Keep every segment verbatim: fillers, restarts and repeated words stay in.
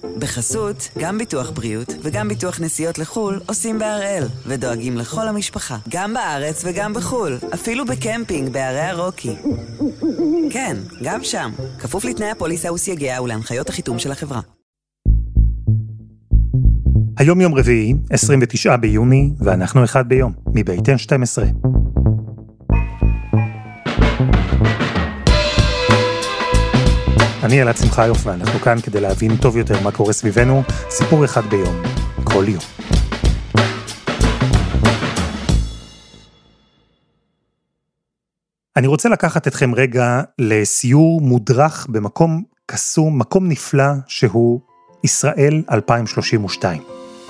בחסות, גם ביטוח בריאות וגם ביטוח נסיעות לחול עושים בהראל, ודואגים לכל המשפחה, גם בארץ וגם בחול, אפילו בקמפינג בערי הרוקי. כן, גם שם, כפוף לתנאי הפוליסה וסייגיה ולהנחיות החיתום של החברה. היום יום רביעי, עשרים ותשעה ביוני, ואנחנו אחד ביום, מבית אן שתים עשרה. אני אלעד שמחיוף, ואנחנו כאן כדי להבין טוב יותר מה קורה סביבנו, סיפור אחד ביום, כל יום. אני רוצה לקחת אתכם רגע לסיור מודרך במקום קסום, מקום נפלא שהוא ישראל אלפיים שלושים ושתיים.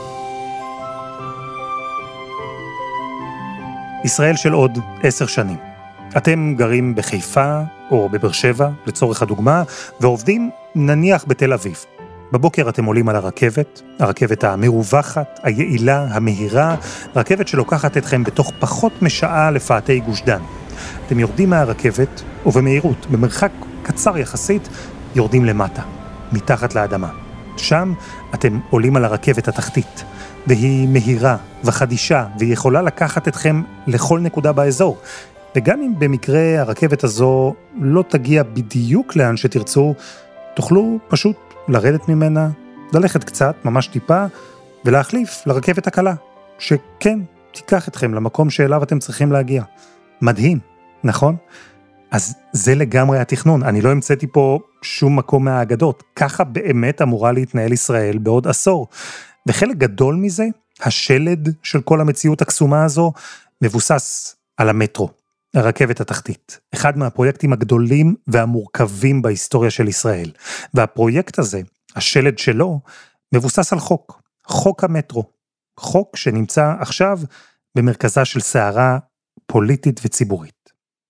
ישראל של עוד עשר שנים. אתם גרים בחיפה או בבאר שבע, לצורך הדוגמה, ועובדים נניח בתל אביב. בבוקר אתם עולים על הרכבת, הרכבת המרווחת, היעילה, המהירה, רכבת שלוקחת אתכם בתוך פחות משעה לפאתי גוש דן. אתם יורדים מהרכבת, ובמהירות, במרחק קצר יחסית, יורדים למטה, מתחת לאדמה. שם אתם עולים על הרכבת התחתית, והיא מהירה וחדישה, והיא יכולה לקחת אתכם לכל נקודה באזור. וגם אם במקרה הרכבת הזו לא תגיע בדיוק לאן שתרצו, תוכלו פשוט לרדת ממנה, ללכת קצת, ממש טיפה, ולהחליף לרכבת הקלה, שכן, תיקח אתכם למקום שאליו אתם צריכים להגיע. מדהים, נכון? אז זה לגמרי התכנון, אני לא המצאתי פה שום מקום מהאגדות, ככה באמת אמורה להתנהל ישראל בעוד עשור, וחלק גדול מזה, השלד של כל המציאות הקסומה הזו, מבוסס על המטרו, הרכבת התחתית, אחד מהפרויקטים הגדולים והמורכבים בהיסטוריה של ישראל, והפרויקט הזה, השלד שלו, מבוסס על חוק, חוק המטרו, חוק שנמצא עכשיו במרכזה של סערה פוליטית וציבורית.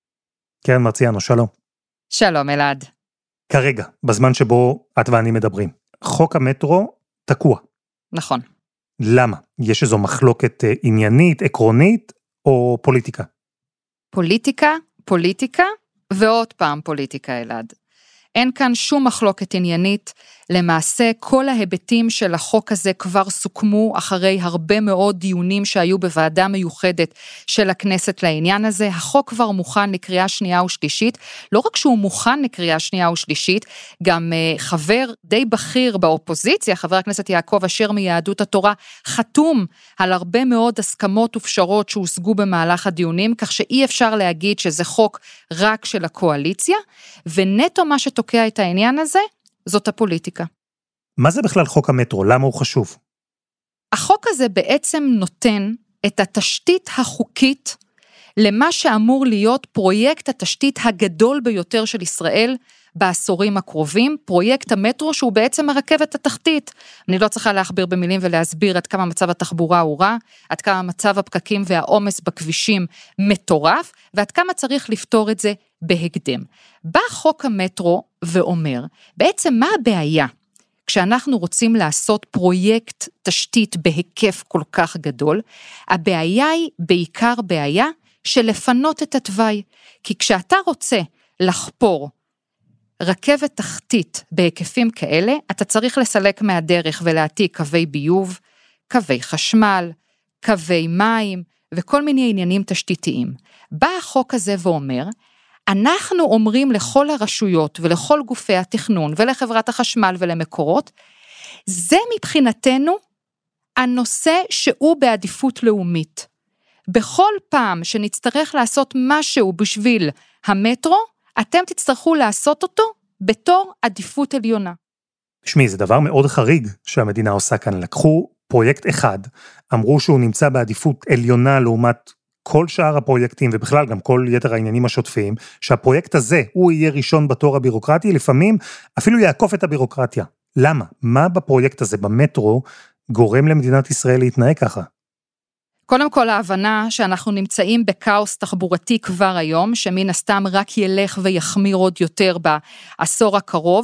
קרן מרציאנו, שלום. שלום אלעד. כרגע, בזמן שבו את ואני מדברים, חוק המטרו תקוע. נכון. למה? יש איזו מחלוקת עניינית, עקרונית, או פוליטיקה? פוליטיקה, פוליטיקה, ועוד פעם פוליטיקה אלעד. אין כאן שום מחלוקת עניינית, למעשה כל ההיבטים של החוק הזה כבר סוכמו אחרי הרבה מאוד דיונים שהיו בוועדה מיוחדת של הכנסת לעניין הזה, החוק כבר מוכן לקריאה שנייה ושלישית, לא רק שהוא מוכן לקריאה שנייה ושלישית, גם uh, חבר די בכיר באופוזיציה, חבר הכנסת יעקב אשר מיהדות התורה, חתום על הרבה מאוד הסכמות ופשרות שהושגו במהלך הדיונים, כך שאי אפשר להגיד שזה חוק רק של הקואליציה, ונטו מה שתוקע את העניין הזה, זאת הפוליטיקה. מה זה בכלל חוק המטרו? למה הוא חשוב? החוק הזה בעצם נותן את התשתית החוקית למה שאמור להיות פרויקט התשתית הגדול ביותר של ישראל בעשורים הקרובים, פרויקט המטרו שהוא בעצם הרכבת התחתית. אני לא צריכה להכביר במילים ולהסביר עד כמה מצב התחבורה הוא רע, עד כמה מצב הפקקים והעומס בכבישים מטורף, ועד כמה צריך לפתור את זה בהקדם. בא חוק המטרו ואומר, בעצם מה הבעיה? כשאנחנו רוצים לעשות פרויקט תשתית בהיקף כל כך גדול, הבעיה היא בעיקר בעיה של לפנות את התוואי, כי כשאתה רוצה לחפור רכבת תחתית בהיקפים כאלה, אתה צריך לסלק מהדרך ולהעתיק קווי ביוב, קווי חשמל, קווי מים, וכל מיני עניינים תשתיתיים. בא החוק הזה ואומר, אנחנו אומרים לכל הרשויות ולכל גופי התכנון ולחברת החשמל ולמקורות, זה מבחינתנו הנושא שהוא בעדיפות לאומית. בכל פעם שנצטרך לעשות משהו בשביל המטרו, אתם תצטרכו לעשות אותו בתור עדיפות עליונה. שמי, זה דבר מאוד חריג שהמדינה עושה כאן. לקחו פרויקט אחד, אמרו שהוא נמצא בעדיפות עליונה לעומת כל שאר הפרויקטים, ובכלל גם כל יתר העניינים השוטפים, שהפרויקט הזה הוא יהיה ראשון בתור הבירוקרטי, לפעמים אפילו יעקוף את הבירוקרטיה. למה? מה בפרויקט הזה, במטרו, גורם למדינת ישראל להתנהג ככה? קודם כל ההבנה שאנחנו נמצאים בקאוס תחבורתי כבר היום, שמן הסתם רק ילך ויחמיר עוד יותר בעשור הקרוב,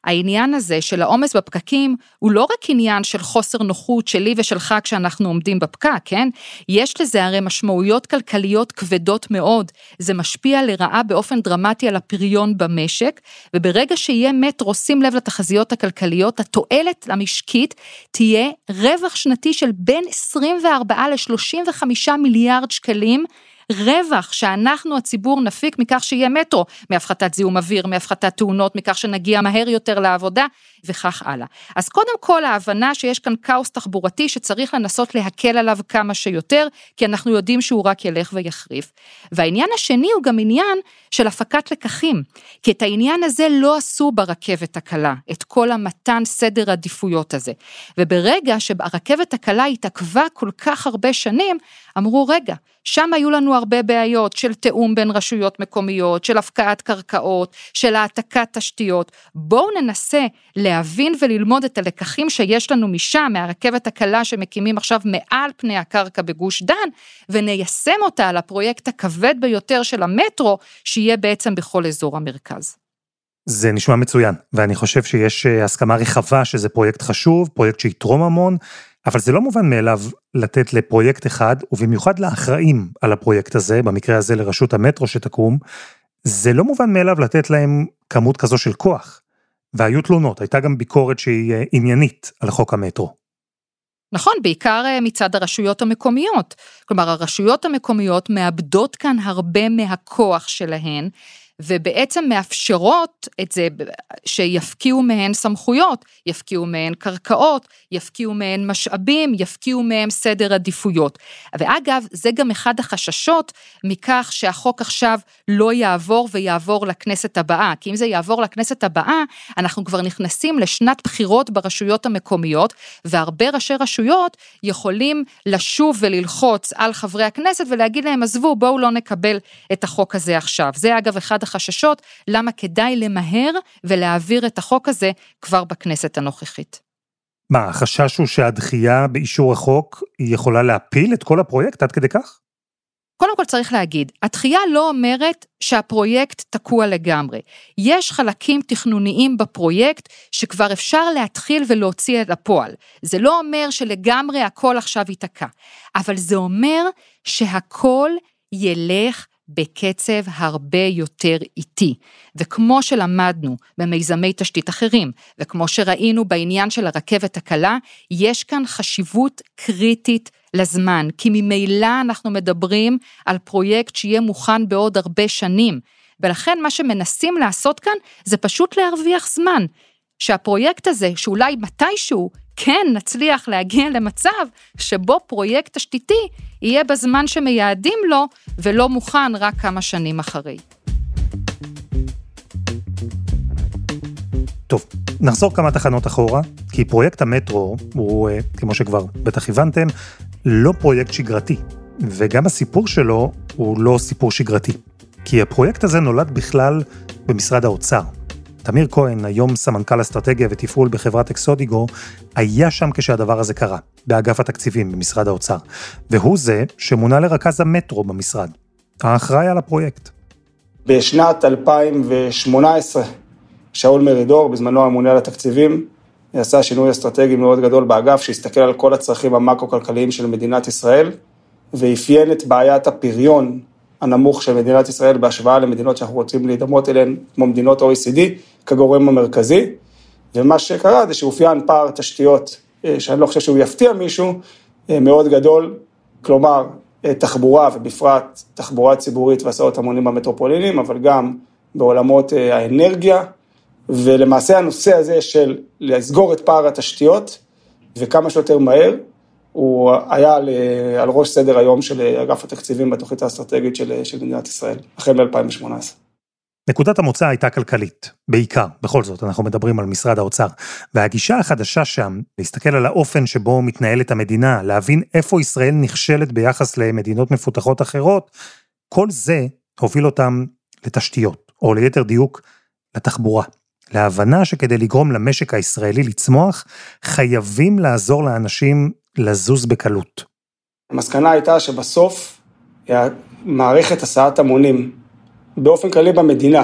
העניין הזה של העומס בפקקים, הוא לא רק עניין של חוסר נוחות שלי ושלך כשאנחנו עומדים בפקק, כן? יש לזה הרי משמעויות כלכליות כבדות מאוד, זה משפיע לרעה באופן דרמטי על הפריון במשק, וברגע שיהיה מטרו, שים לב לתחזיות הכלכליות, התועלת המשקית תהיה רווח שנתי של בין עשרים וארבעה ל-שלושים וחמישה מיליארד שקלים, רווח שאנחנו הציבור נפיק מכך שיהיה מטרו, מהפחתת זיהום אוויר, מהפחתת תאונות, מכך שנגיע מהר יותר לעבודה, וכך הלאה. אז קודם כל ההבנה שיש כאן כאוס תחבורתי, שצריך לנסות להקל עליו כמה שיותר, כי אנחנו יודעים שהוא רק ילך ויחריף. והעניין השני הוא גם עניין של הפקת לקחים, כי את העניין הזה לא עשו ברכבת הקלה, את כל המתן סדר עדיפויות הזה. וברגע שהרכבת הקלה התעכבה כל כך הרבה שנים, אמרו רגע, שם היו לנו הרבה בעיות של תאום בין רשויות מקומיות, של הפקעת קרקעות, של העתקת תשתיות. בואו ננסה להבין וללמוד את הלקחים שיש לנו משם, מהרכבת הקלה שמקימים עכשיו מעל פני הקרקע בגוש דן, וניישם אותה על הפרויקט הכבד ביותר של המטרו, שיהיה בעצם בכל אזור המרכז. זה נשמע מצוין, ואני חושב שיש הסכמה רחבה שזה פרויקט חשוב, פרויקט שיתרום המון, אבל זה לא מובן מאליו לתת לפרויקט אחד, ובמיוחד לאחראים על הפרויקט הזה, במקרה הזה לרשות המטרו שתקום, זה לא מובן מאליו לתת להם כמות כזו של כוח. והיו תלונות, הייתה גם ביקורת שהיא עניינית על חוק המטרו. נכון, בעיקר מצד הרשויות המקומיות. כלומר, הרשויות המקומיות מאבדות כאן הרבה מהכוח שלהן, ובעצם מאפשרות את זה שיפקיעו מהן סמכויות, יפקיעו מהן קרקעות, יפקיעו מהן משאבים, יפקיעו מהן סדר עדיפויות. ואגב, זה גם אחד החששות מכך שהחוק עכשיו לא יעבור ויעבור לכנסת הבאה, כי אם זה יעבור לכנסת הבאה, אנחנו כבר נכנסים לשנת בחירות ברשויות המקומיות, והרבה ראשי רשויות יכולים לשוב וללחוץ על חברי הכנסת ולהגיד להם, עזבו, בואו לא נקבל את החוק הזה עכשיו. זה אגב אחד החששות, למה כדאי למהר ולהעביר את החוק הזה כבר בכנסת הנוכחית. מה, החשש הוא שהדחייה באישור החוק היא יכולה להפיל את כל הפרויקט עד כדי כך? קודם כל צריך להגיד, הדחייה לא אומרת שהפרויקט תקוע לגמרי. יש חלקים תכנוניים בפרויקט שכבר אפשר להתחיל ולהוציא את הפועל. זה לא אומר שלגמרי הכל עכשיו ייתקע, אבל זה אומר שהכל ילך בקצב הרבה יותר איטי, וכמו שלמדנו במיזמי תשתית אחרים, וכמו שראינו בעניין של הרכבת הקלה, יש כאן חשיבות קריטית לזמן, כי ממילא אנחנו מדברים על פרויקט שיהיה מוכן בעוד הרבה שנים, ולכן מה שמנסים לעשות כאן, זה פשוט להרוויח זמן, שהפרויקט הזה, שאולי מתישהו, כן נצליח להגיע למצב, שבו פרויקט תשתיתי, יהיה בזמן שמייעדים לו, ולא מוכן רק כמה שנים אחרי. טוב, נחזור כמה תחנות אחורה, כי פרויקט המטרו הוא, כמו שכבר בטח הבנתם, לא פרויקט שגרתי, וגם הסיפור שלו הוא לא סיפור שגרתי, כי הפרויקט הזה נולד בכלל במשרד האוצר. תמיר כהן, היום סמנכ"ל אסטרטגיה ותפעול בחברת אקסודיגו, היה שם כשהדבר הזה קרה, באגף התקציבים במשרד האוצר, והוא זה שמונה לרכז המטרו במשרד, האחראי על הפרויקט. בשנת אלפיים ושמונה עשרה, שאול מרידור, בזמנו הממונה על התקציבים, עשה שינוי אסטרטגי מאוד גדול באגף, שהסתכל על כל הצרכים המקרו-כלכליים של מדינת ישראל, ואפיין את בעיית הפריון הנמוך של מדינת ישראל, בהשוואה למדינות שאנחנו רוצים להידמות אליהן, כמו מדינות ה-או אי סי די, כגורם המרכזי, ומה שקרה זה שאופיין פער תשתיות, שאני לא חושב שהוא יפתיע מישהו, מאוד גדול, כלומר, תחבורה, ובפרט תחבורה ציבורית והסעות המונים במטרופולינים, אבל גם בעולמות האנרגיה, ולמעשה הנושא הזה של לסגור את פער התשתיות, וכמה שיותר מהר, הוא היה על ראש סדר היום של אגף התקציבים בתוכנית האסטרטגית של, של מדינת ישראל, החל מ-אלפיים ושמונה עשרה. נקודת המוצא הייתה כלכלית, בעיקר, בכל זאת, אנחנו מדברים על משרד האוצר, והגישה החדשה שם, להסתכל על האופן שבו מתנהלת המדינה, להבין איפה ישראל נכשלת ביחס למדינות מפותחות אחרות, כל זה הוביל אותם לתשתיות, או ליתר דיוק, לתחבורה. להבנה שכדי לגרום למשק הישראלי לצמוח, חייבים לעזור לאנשים לזוז בקלות. המסקנה הייתה שבסוף, מערכת הסעת המונים, באופן כללי במדינה,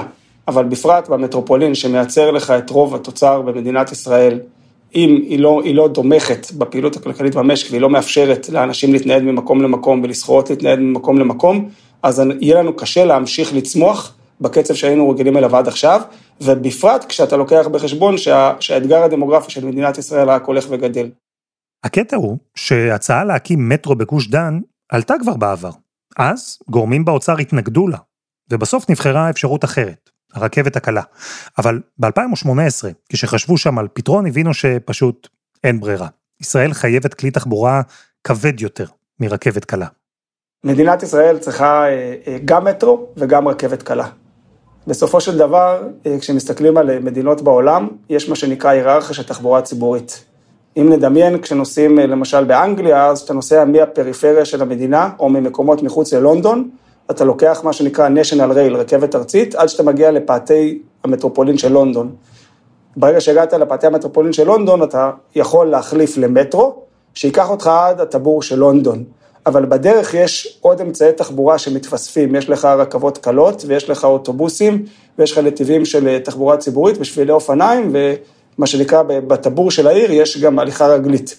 אבל בפרט במטרופולין שמייצר לך את רוב התוצר במדינת ישראל, אם היא לא, היא לא דומכת בפעילות הכלכלית במשק, והיא לא מאפשרת לאנשים להתנהד ממקום למקום, ולסחורות להתנהד ממקום למקום, אז יהיה לנו קשה להמשיך לצמוח בקצב שהיינו רגילים אליו עד עכשיו, ובפרט כשאתה לוקח בחשבון שה, שהאתגר הדמוגרפי של מדינת ישראל רק הולך וגדל. הקטע הוא שהצעה להקים מטרו בגוש דן עלתה כבר בעבר. אז גורמים באוצר התנגדו לה, ובסוף נבחרה אפשרות אחרת, הרכבת הקלה. אבל ב-אלפיים שמונה עשרה, כשחשבו שם על פתרון, הבינו שפשוט אין ברירה. ישראל חייבת כלי תחבורה כבד יותר מרכבת קלה. מדינת ישראל צריכה גם מטרו וגם רכבת קלה. בסופו של דבר, כשמסתכלים על מדינות בעולם, יש מה שנקרא היררכיה של תחבורה ציבורית. אם נדמיין, כשנוסעים למשל באנגליה, אז אתה נוסע מהפריפריה של המדינה, או ממקומות מחוץ ללונדון, אתה לוקח מה שנקרא national rail, רכבת ארצית, עד שאתה מגיע לפאתי המטרופולין של לונדון. ברגע שהגעת לפאתי המטרופולין של לונדון, אתה יכול להחליף למטרו, שיקח אותך עד הטבור של לונדון. אבל בדרך יש עוד אמצעי תחבורה שמתפספים, יש לך רכבות קלות, ויש לך אוטובוסים, ויש לך נתיבים של תחבורה ציבורית, בשבילי אופניים, ומה שנקרא בטבור של העיר, יש גם הליכה רגלית.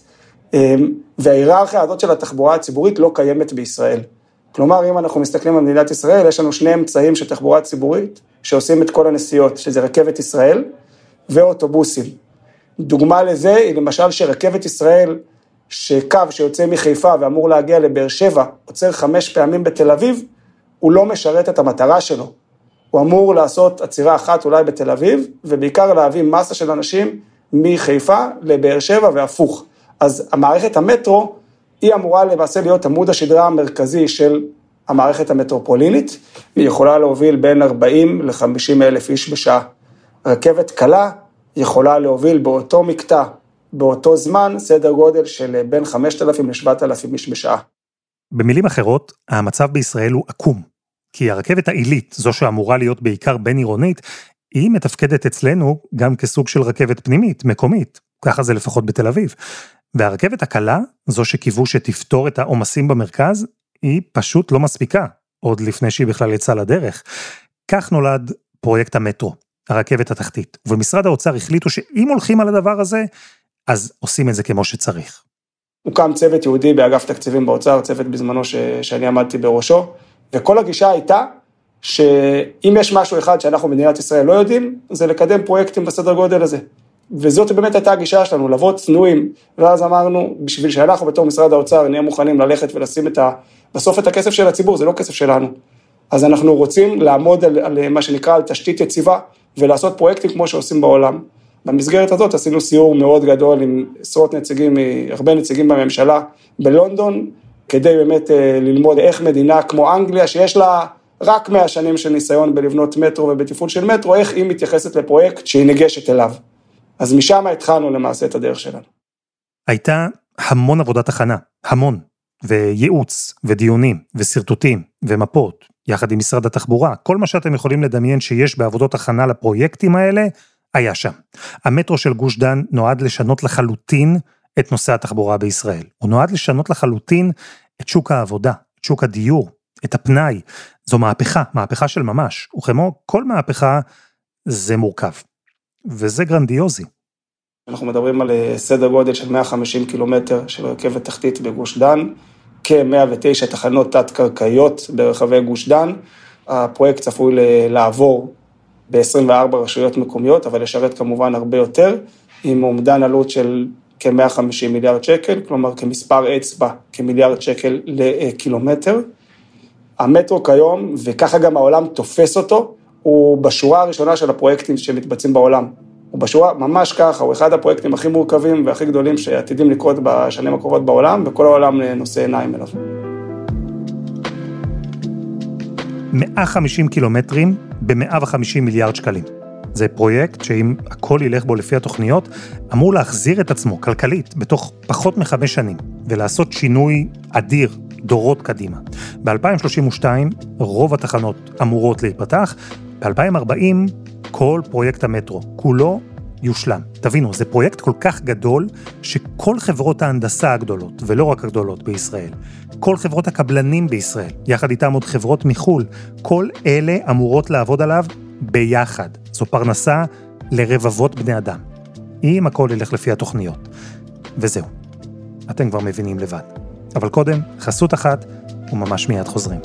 וההיררכיה הזאת של התחבורה הציבורית לא קיימת בישראל. כלומר, אם אנחנו מסתכלים על מדינת ישראל, יש לנו שני אמצעים של תחבורה ציבורית, שעושים את כל הנסיעות, שזה רכבת ישראל ואוטובוסים. דוגמה לזה היא למשל שרכבת ישראל, שקו שיוצא מחיפה ואמור להגיע לבאר שבע, עוצר חמש פעמים בתל אביב, הוא לא משרת את המטרה שלו. הוא אמור לעשות עצירה אחת אולי בתל אביב, ובעיקר להביא מסה של אנשים מחיפה לבאר שבע והפוך. אז המערכת המטרו, היא אמורה למעשה להיות עמוד השדרה המרכזי של המערכת המטרופולינית, היא יכולה להוביל בין ארבעים ל-חמישים אלף איש בשעה. רכבת קלה יכולה להוביל באותו מקטע, באותו זמן, סדר גודל של בין חמשת אלפים ל-שבעת אלפים איש בשעה. במילים אחרות, המצב בישראל הוא עקום, כי הרכבת העילית, זו שאמורה להיות בעיקר בין עירונית, היא מתפקדת אצלנו גם כסוג של רכבת פנימית, מקומית, ככה זה לפחות בתל אביב. והרכבת הקלה, זו שקיוו שתפתור את העומסים במרכז, היא פשוט לא מספיקה, עוד לפני שהיא בכלל יצאה לדרך. כך נולד פרויקט המטרו, הרכבת התחתית, ובמשרד האוצר החליטו שאם הולכים על הדבר הזה, אז עושים את זה כמו שצריך. הוקם צוות יהודי באגף תקציבים באוצר, צוות בזמנו ש... שאני עמדתי בראשו, וכל הגישה הייתה שאם יש משהו אחד שאנחנו במדינת ישראל לא יודעים, זה לקדם פרויקטים בסדר גודל הזה. וזאת באמת הייתה הגישה שלנו, לבוא צנועים, ואז אמרנו, בשביל שאנחנו בתור משרד האוצר נהיה מוכנים ללכת ולשים את ה... בסוף את הכסף של הציבור, זה לא כסף שלנו. אז אנחנו רוצים לעמוד על, על מה שנקרא, על תשתית יציבה, ולעשות פרויקטים כמו שעושים בעולם. במסגרת הזאת עשינו סיור מאוד גדול עם עשרות נציגים, הרבה נציגים בממשלה בלונדון, כדי באמת ללמוד איך מדינה כמו אנגליה, שיש לה רק מאה שנים של ניסיון בלבנות מטרו ובתפעול של מטרו, איך היא מתייחסת לפרויקט שהיא ניגשת אליו. אז משם התחלנו למעשה את הדרך שלנו. הייתה המון עבודת הכנה, המון, וייעוץ, ודיונים, וסרטוטים, ומפות, יחד עם משרד התחבורה, כל מה שאתם יכולים לדמיין שיש בעבודות הכנה לפרויקטים האלה, היה שם. המטרו של גוש דן נועד לשנות לחלוטין את נושא התחבורה בישראל. הוא נועד לשנות לחלוטין את שוק העבודה, את שוק הדיור, את הפנאי. זו מהפכה, מהפכה של ממש. וכמו כל מהפכה, זה מורכב. וזה גרנדיוזי. אנחנו מדברים על סדר גודל של מאה וחמישים קילומטר של רכבת תחתית בגוש דן, כ-מאה ותשע תחנות תת-קרקעיות ברחבי גוש דן. הפרויקט צפוי לעבור ב-עשרים וארבע רשויות מקומיות, אבל לשרת כמובן הרבה יותר, עם אומדן עלות של כ-מאה וחמישים מיליארד שקל, כלומר כמספר אצבע, כמיליארד שקל לקילומטר. המטרו כיום, וככה גם העולם תופס אותו, הוא בשורה הראשונה של הפרויקטים שמתבצעים בעולם. הוא בשורה ממש ככה, הוא אחד הפרויקטים הכי מורכבים והכי גדולים שעתידים לקרות בשנים הקרובות בעולם, וכל העולם נושא עיניים אליו. מאה וחמישים קילומטרים ב-מאה וחמישים מיליארד שקלים. זה פרויקט שאם הכל ילך בו לפי התוכניות, אמור להחזיר את עצמו כלכלית בתוך פחות מחמש שנים, ולעשות שינוי אדיר דורות קדימה. ב-אלפיים שלושים ושתיים רוב התחנות אמורות להיפתח, ב-אלפיים ארבעים כל פרויקט המטרו, כולו יושלם. תבינו, זה פרויקט כל כך גדול, שכל חברות ההנדסה הגדולות, ולא רק הגדולות בישראל, כל חברות הקבלנים בישראל, יחד איתם עוד חברות מחול, כל אלה אמורות לעבוד עליו ביחד. זו פרנסה לרבבות בני אדם. אם הכל ילך לפי התוכניות. וזהו. אתם כבר מבינים לבד. אבל קודם, חסות אחת, וממש מיד חוזרים.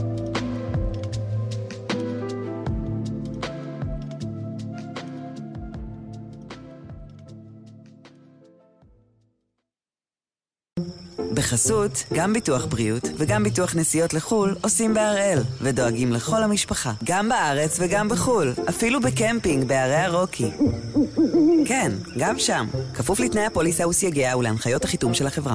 בחסות, גם ביטוח בריאות וגם ביטוח נסיעות לחול עושים בהראל, ודואגים לכל המשפחה, גם בארץ וגם בחול, אפילו בקמפינג בערי הרוקי. כן, גם שם, כפוף לתנאי הפוליסה וסייגיה ולהנחיות החיתום של החברה.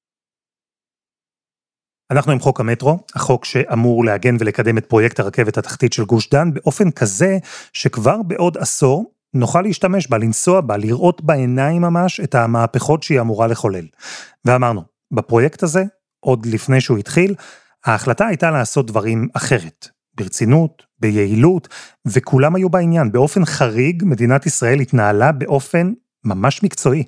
אנחנו עם חוק המטרו, החוק שאמור להגן ולקדם את פרויקט הרכבת התחתית של גוש דן, באופן כזה שכבר בעוד עשור נוכל להשתמש בה, לנסוע בה, לראות בעיניים ממש את המהפכות שהיא אמורה לחולל. ואמרנו, בפרויקט הזה, עוד לפני שהוא התחיל, ההחלטה הייתה לעשות דברים אחרת, ברצינות, ביעילות, וכולם היו בעניין. באופן חריג, מדינת ישראל התנהלה באופן ממש מקצועי.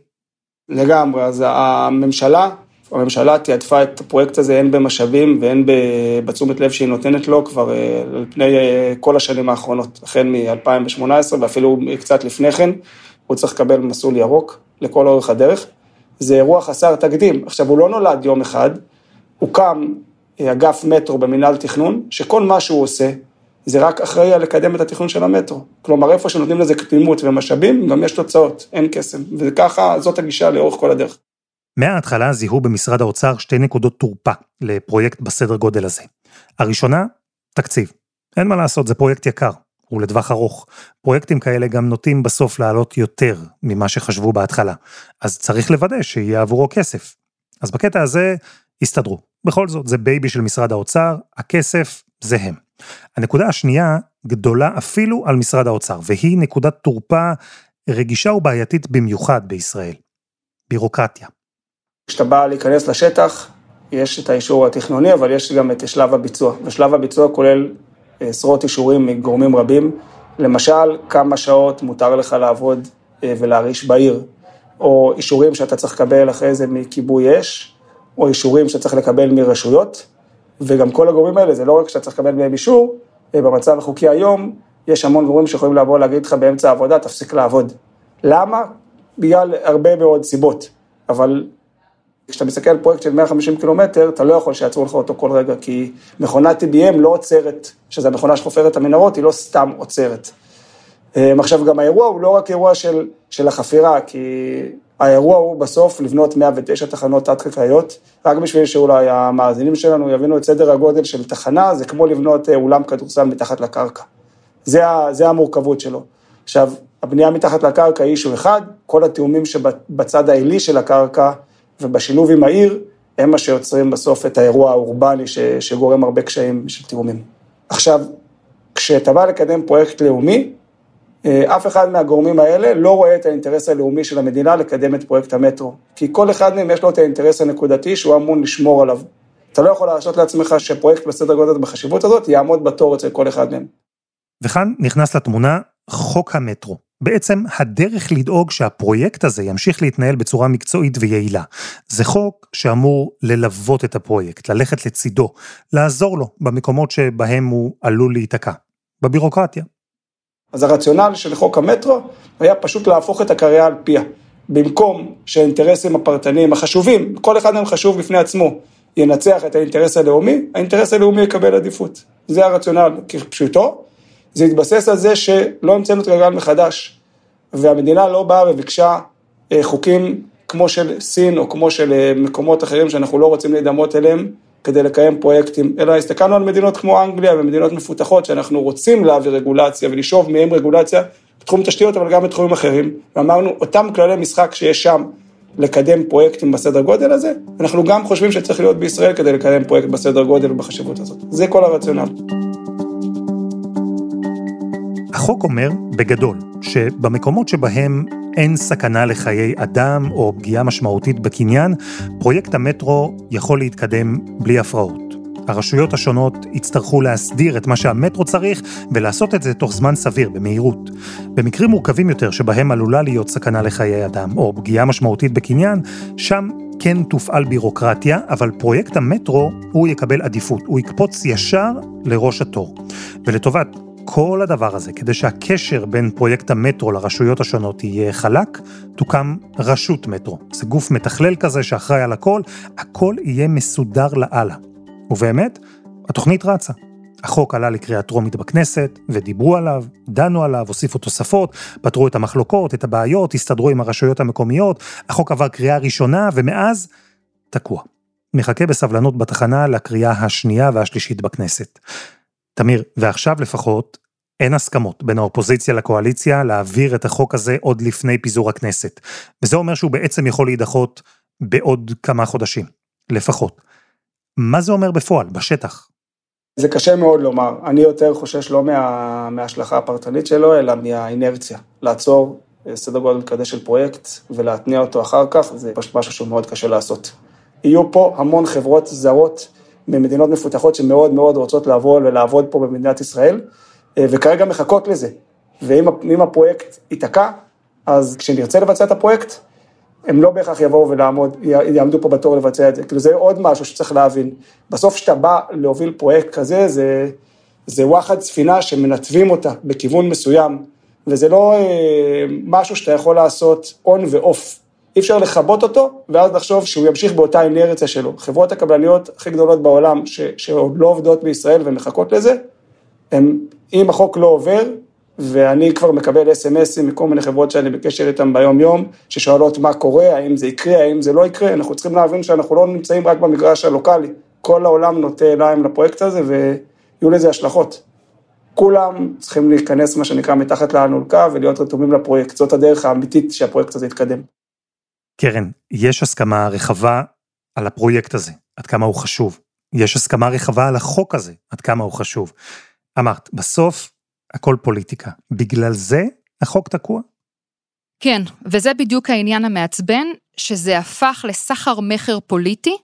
לגמרי, אז הממשלה, הממשלה תיעדפה את הפרויקט הזה, הן במשאבים והן בתשומת לב שהיא נותנת לו, כבר על פני כל השנים האחרונות, החל מ-אלפיים שמונה עשרה, ואפילו קצת לפני כן, הוא צריך לקבל מסלול ירוק לכל אורך הדרך. זה אירוע חסר תקדים. עכשיו, הוא לא נולד יום אחד, הוא קם אגף מטרו במינהל תכנון, שכל מה שהוא עושה, זה רק אחראי על לקדם את התכנון של המטרו. כלומר, איפה שנותנים לזה קדימות ומשאבים, גם יש תוצאות, אין קסם. וככה, זאת הגישה לאורך כל הדרך. מההתחלה זיהו במשרד האוצר שתי נקודות תורפה לפרויקט בסדר גודל הזה. הראשונה, תקציב. אין מה לעשות, זה פרויקט יקר. הוא לטווח ארוך. פרויקטים כאלה גם נוטים בסוף לעלות יותר ממה שחשבו בהתחלה. אז צריך לוודא שיהיה עבורו כסף. אז בקטע הזה הסתדרו. בכל זאת, זה בייבי של משרד האוצר, הכסף זה הם. הנקודה השנייה גדולה אפילו על משרד האוצר, והיא נקודת תורפה רגישה ובעייתית במיוחד בישראל. בירוקרטיה. כשאתה בא להיכנס לשטח, יש את האישור התכנוני, אבל יש גם את שלב הביצוע. ושלב הביצוע כולל עשרות אישורים מגורמים רבים, למשל, כמה שעות מותר לך לעבוד ולהריש בעיר, או אישורים שאתה צריך לקבל אחרי זה מכיבוי אש, או אישורים שאתה צריך לקבל מרשויות, וגם כל הגורמים האלה, זה לא רק שאתה צריך לקבל מהם אישור, במצב החוקי היום, יש המון גורמים שיכולים לבוא להגיד לך באמצע העבודה, תפסיק לעבוד. למה? בגלל הרבה מאוד סיבות, אבל כשאתה מסתכל על פרויקט של מאה וחמישים קילומטר, אתה לא יכול שיעצרו לך אותו כל רגע, כי מכונת טי בי אם לא עוצרת, שזו המכונה שחופרת המנהרות, היא לא סתם עוצרת. עכשיו גם האירוע הוא לא רק אירוע של, של החפירה, כי האירוע הוא בסוף לבנות מאה ותשע תחנות תת-קרקעיות, רק בשביל שאולי המאזינים שלנו יבינו את סדר הגודל של תחנה, זה כמו לבנות אולם כדורסל מתחת לקרקע. זה, זה המורכבות שלו. עכשיו, הבנייה מתחת לקרקע היא אישו אחד, כל התיאומים שבצד העילי של הקרקע, ובשילוב עם העיר, הם מה שיוצרים בסוף את האירוע האורבני ש, שגורם הרבה קשיים של תיאומים. עכשיו, כשאתה בא לקדם פרויקט לאומי, אף אחד מהגורמים האלה לא רואה את האינטרס הלאומי של המדינה לקדם את פרויקט המטרו, כי כל אחד מהם יש לו את האינטרס הנקודתי שהוא אמון לשמור עליו. אתה לא יכול להרשות לעצמך שפרויקט בסדר גודל בחשיבות הזאת יעמוד בתור אצל כל אחד מהם. וכאן נכנס לתמונה חוק המטרו. בעצם הדרך לדאוג שהפרויקט הזה ימשיך להתנהל בצורה מקצועית ויעילה. זה חוק שאמור ללוות את הפרויקט, ללכת לצידו, לעזור לו במקומות שבהם הוא עלול להיתקע, בבירוקרטיה. אז הרציונל של חוק המטרו היה פשוט להפוך את הקריירה על פיה. במקום שהאינטרסים הפרטניים החשובים, כל אחד מהם חשוב בפני עצמו, ינצח את האינטרס הלאומי, האינטרס הלאומי יקבל עדיפות. זה הרציונל כפשוטו. זה התבסס על זה שלא המצאנו את הגלגל מחדש, והמדינה לא באה וביקשה חוקים כמו של סין, או כמו של מקומות אחרים שאנחנו לא רוצים להידמות אליהם, כדי לקיים פרויקטים, אלא הסתכלנו על מדינות כמו אנגליה, ומדינות מפותחות שאנחנו רוצים להעביר רגולציה, ולשאוב מהם רגולציה, בתחום תשתיות, אבל גם בתחומים אחרים, ואמרנו, אותם כללי משחק שיש שם, לקדם פרויקטים בסדר גודל הזה, אנחנו גם חושבים שצריך להיות בישראל, כדי לקדם פרויקט בסדר גודל ובחשיבות הזאת. זה כל הרציונל. החוק אומר, בגדול, שבמקומות שבהם אין סכנה לחיי אדם או פגיעה משמעותית בקניין, פרויקט המטרו יכול להתקדם בלי הפרעות. הרשויות השונות יצטרכו להסדיר את מה שהמטרו צריך ולעשות את זה תוך זמן סביר, במהירות. במקרים מורכבים יותר שבהם עלולה להיות סכנה לחיי אדם או פגיעה משמעותית בקניין, שם כן תופעל בירוקרטיה, אבל פרויקט המטרו הוא יקבל עדיפות, הוא יקפוץ ישר לראש התור. ולטובת כל הדבר הזה, כדי שהקשר בין פרויקט המטרו לרשויות השונות יהיה חלק, תוקם רשות מטרו. זה גוף מתכלל כזה שאחראי על הכל, הכל יהיה מסודר לעלה. ובאמת, התוכנית רצה. החוק עלה לקריאה טרומית בכנסת, ודיברו עליו, דנו עליו, הוסיפו תוספות, פתרו את המחלוקות, את הבעיות, הסתדרו עם הרשויות המקומיות, החוק עבר קריאה ראשונה, ומאז תקוע. מחכה בסבלנות בתחנה לקריאה השנייה והשלישית בכנסת. תמיר, ועכשיו לפחות, אין הסכמות בין האופוזיציה לקואליציה להעביר את החוק הזה עוד לפני פיזור הכנסת. וזה אומר שהוא בעצם יכול להידחות בעוד כמה חודשים, לפחות. מה זה אומר בפועל, בשטח? זה קשה מאוד לומר. אני יותר חושש לא מה, מההשלכה הפרטנית שלו, אלא מהאינרציה. לעצור סדר גודל כזה של פרויקט ולהתניע אותו אחר כך, זה פשוט משהו שהוא מאוד קשה לעשות. יהיו פה המון חברות זרות ממדינות מפותחות שמאוד מאוד רוצות לעבור ולעבוד פה במדינת ישראל, וכרגע מחכות לזה. ואם הפרויקט ייתקע, אז כשנרצה לבצע את הפרויקט, הם לא בהכרח יבואו ולעמוד, יעמדו פה בתור לבצע את זה. כאילו זה עוד משהו שצריך להבין. בסוף שאתה בא להוביל פרויקט כזה, זה, זה וואחד ספינה שמנתבים אותה בכיוון מסוים, וזה לא אה, משהו שאתה יכול לעשות און ואוף. אי אפשר לחבות אותו, ואז לחשוב שהוא ימשיך באותה אינרציה שלו. חברות הקבלניות הכי גדולות בעולם, ש, שעוד לא עובדות בישראל ומחכות לזה, הם, אם החוק לא עובר, ואני כבר מקבל אס אם אסים מכל מיני חברות שאני בקשר איתם ביום יום, ששואלות מה קורה, האם זה יקרה, האם זה לא יקרה, אנחנו צריכים להבין שאנחנו לא נמצאים רק במגרש הלוקלי, כל העולם נוטה עיניים לפרויקט הזה, ויהיו לזה השלכות. כולם צריכים להיכנס מה שנקרא מתחת לאלונקה, ולהיות רתומים לפרויקט, זאת הדרך האמיתית שהפרויקט הזה יתקדם. קרן, יש הסכמה רחבה על הפרויקט הזה, עד כמה הוא חשוב. יש הסכמה רחבה על החוק הזה, עד כמה הוא חשוב. אמרת, בסוף, הכל פוליטיקה. בגלל זה החוק תקוע? כן, וזה בדיוק העניין המעצבן, שזה הפך לסחר מחר פוליטי,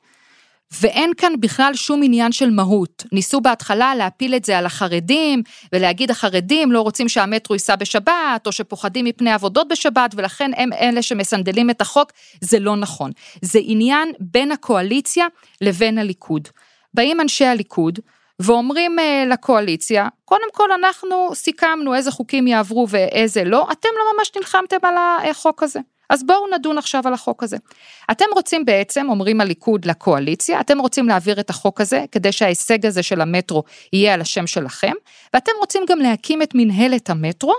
ואין כאן בכלל שום עניין של מהות. ניסו בהתחלה להפיל את זה על החרדים, ולהגיד החרדים לא רוצים שהמטרו ייסע בשבת, או שפוחדים מפני עבודות בשבת, ולכן הם אלה שמסנדלים את החוק. זה לא נכון. זה עניין בין הקואליציה לבין הליכוד. באים אנשי הליכוד, ואומרים uh, לקואליציה, קודם כל אנחנו סיכמנו איזה חוקים יעברו ואיזה לא, אתם לא ממש נלחמתם על החוק הזה, אז בואו נדון עכשיו על החוק הזה. אתם רוצים בעצם, אומרים הליכוד לקואליציה, אתם רוצים להעביר את החוק הזה, כדי שההישג הזה של המטרו יהיה על השם שלכם, ואתם רוצים גם להקים את מנהלת המטרו,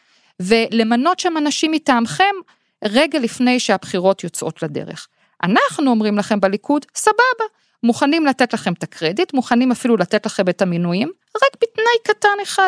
ולמנות שם אנשים מטעמכם, רגע לפני שהבחירות יוצאות לדרך. אנחנו אומרים לכם בליכוד, סבבה, מוכנים לתת לכם את הקרדיט, מוכנים אפילו לתת לכם את המינויים, רק בתנאי קטן אחד,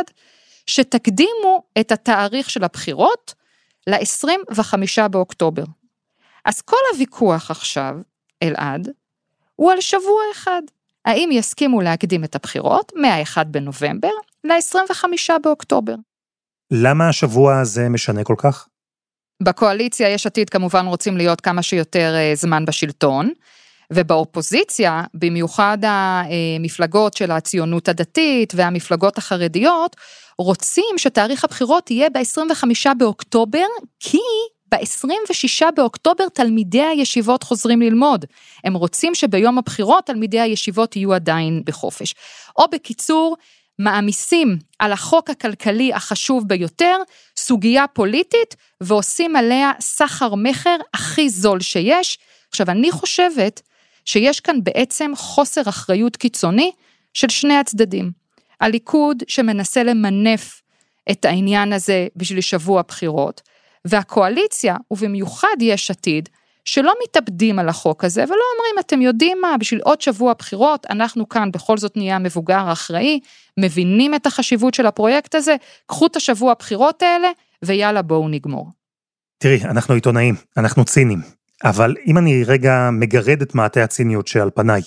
שתקדימו את התאריך של הבחירות ל-עשרים וחמישה באוקטובר. אז כל הוויכוח עכשיו, אלעד, הוא על שבוע אחד. האם יסכימו להקדים את הבחירות מה-אחד בנובמבר ל-עשרים וחמישה באוקטובר? למה השבוע הזה משנה כל כך? בקואליציה יש עתיד כמובן רוצים להיות כמה שיותר זמן בשלטון, ובאופוזיציה, במיוחד המפלגות של הציונות הדתית והמפלגות החרדיות, רוצים שתאריך הבחירות יהיה ב-עשרים וחמישה באוקטובר, כי ב-עשרים ושישה באוקטובר תלמידי הישיבות חוזרים ללמוד. הם רוצים שביום הבחירות תלמידי הישיבות יהיו עדיין בחופש. או בקיצור, מעמיסים על החוק הכלכלי החשוב ביותר, סוגיה פוליטית, ועושים עליה סחר מחר הכי זול שיש. עכשיו, אני חושבת שיש כאן בעצם חוסר אחריות קיצוני של שני הצדדים. הליכוד שמנסה למנף את העניין הזה בשביל שבוע בחירות, והקואליציה, ובמיוחד יש עתיד, שלא מתאבדים על החוק הזה, ולא אומרים, אתם יודעים מה, בשביל עוד שבוע בחירות, אנחנו כאן בכל זאת נהיה מבוגר אחראי, מבינים את החשיבות של הפרויקט הזה, קחו את השבוע הבחירות האלה, ויאללה בואו נגמור. תראי, אנחנו עיתונאים, אנחנו צינים, אבל אם אני רגע מגרד את מעטה הציניות שעל פניי,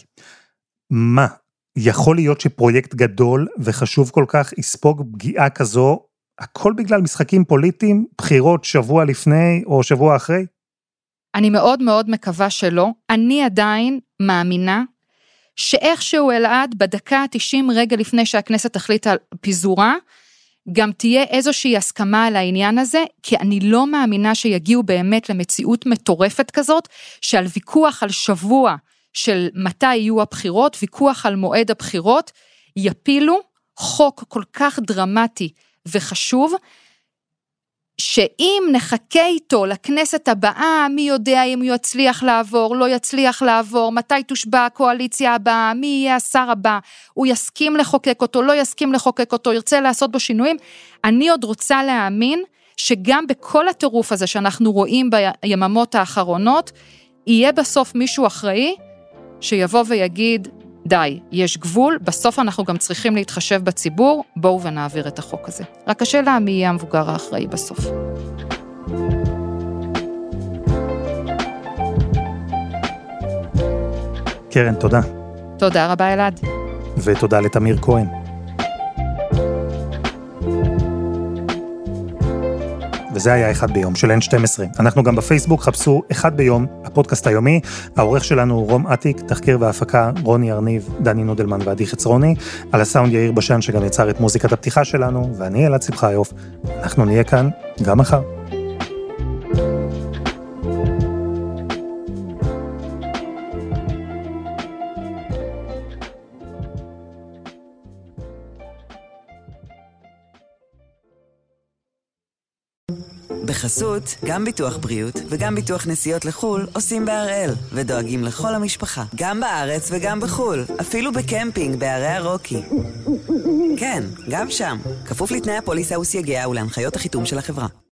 מה, יכול להיות שפרויקט גדול וחשוב כל כך יספוג פגיעה כזו, הכל בגלל משחקים פוליטיים, בחירות שבוע לפני או שבוע אחרי? אני מאוד מאוד מקווה שלא. אני עדיין מאמינה שאיכשהו אלעד בדקה ה-תשעים רגע לפני שהכנסת החליטה על פיזורה, גם תהיה איזושהי הסכמה על העניין הזה, כי אני לא מאמינה שיגיעו באמת למציאות מטורפת כזאת, שעל ויכוח על שבוע של מתי יהיו הבחירות, ויכוח על מועד הבחירות, יפילו חוק כל כך דרמטי וחשוב, שאם נחכה איתו לכנסת הבאה, מי יודע אם הוא יצליח לעבור, לא יצליח לעבור, מתי תושבע הקואליציה הבאה, מי יהיה השר הבא, הוא יסכים לחוקק אותו, לא יסכים לחוקק אותו, ירצה לעשות בו שינויים, אני עוד רוצה להאמין, שגם בכל הטירוף הזה שאנחנו רואים ביממות האחרונות, יהיה בסוף מישהו אחראי, שיבוא ויגיד, די, יש גבול, בסוף אנחנו גם צריכים להתחשב בציבור, בואו ונעביר את החוק הזה. רק השאלה מי יהיה המבוגר האחראי בסוף. קרן, תודה. תודה רבה אלעד. ותודה לתמיר כהן. וזה היה אחד ביום של אן שתים עשרה. אנחנו גם בפייסבוק, חפשו אחד ביום, הפודקאסט היומי. העורך שלנו הוא רום עתיק, תחקיר והפקה רוני ארניב, דני נודלמן ועדי חצרוני, על הסאונד יאיר בשן שגם יצר את מוזיקת הפתיחה שלנו, ואני אלעד שמחיוף. אנחנו נהיה כאן גם מחר. בחסות, גם ביטוח בריאות וגם ביטוח נסיעות לחול עושים בהראל ודואגים לכל המשפחה, גם בארץ וגם בחול, אפילו בקמפינג בערי הרוקי. כן, גם שם, כפוף לתנאי הפוליסה וסייגיה ולהנחיות החיתום של החברה.